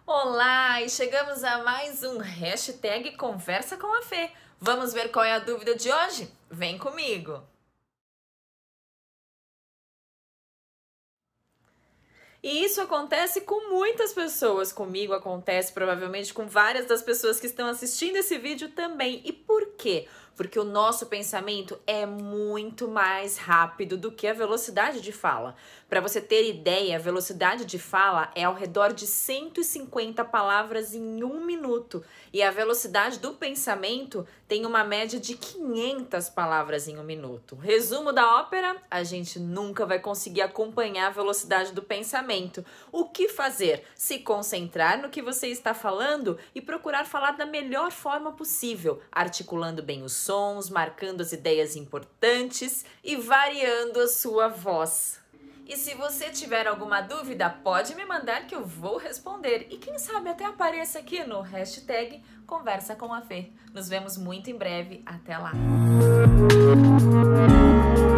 Olá, e chegamos a mais um hashtag Conversa com a Fê. Vamos ver qual é a dúvida de hoje? Vem comigo! E isso acontece com muitas pessoas. Comigo acontece provavelmente com várias das pessoas que estão assistindo esse vídeo também. E por quê? Porque o nosso pensamento é muito mais rápido do que a velocidade de fala. Para você ter ideia, a velocidade de fala é ao redor de 150 palavras em um minuto. E a velocidade do pensamento tem uma média de 500 palavras em um minuto. Resumo da ópera: a gente nunca vai conseguir acompanhar a velocidade do pensamento. O que fazer? Se concentrar no que você está falando e procurar falar da melhor forma possível, articulando bem os sons, marcando as ideias importantes e variando a sua voz. E se você tiver alguma dúvida, pode me mandar que eu vou responder. E quem sabe até apareça aqui no hashtag Conversa com a Fê. Nos vemos muito em breve. Até lá!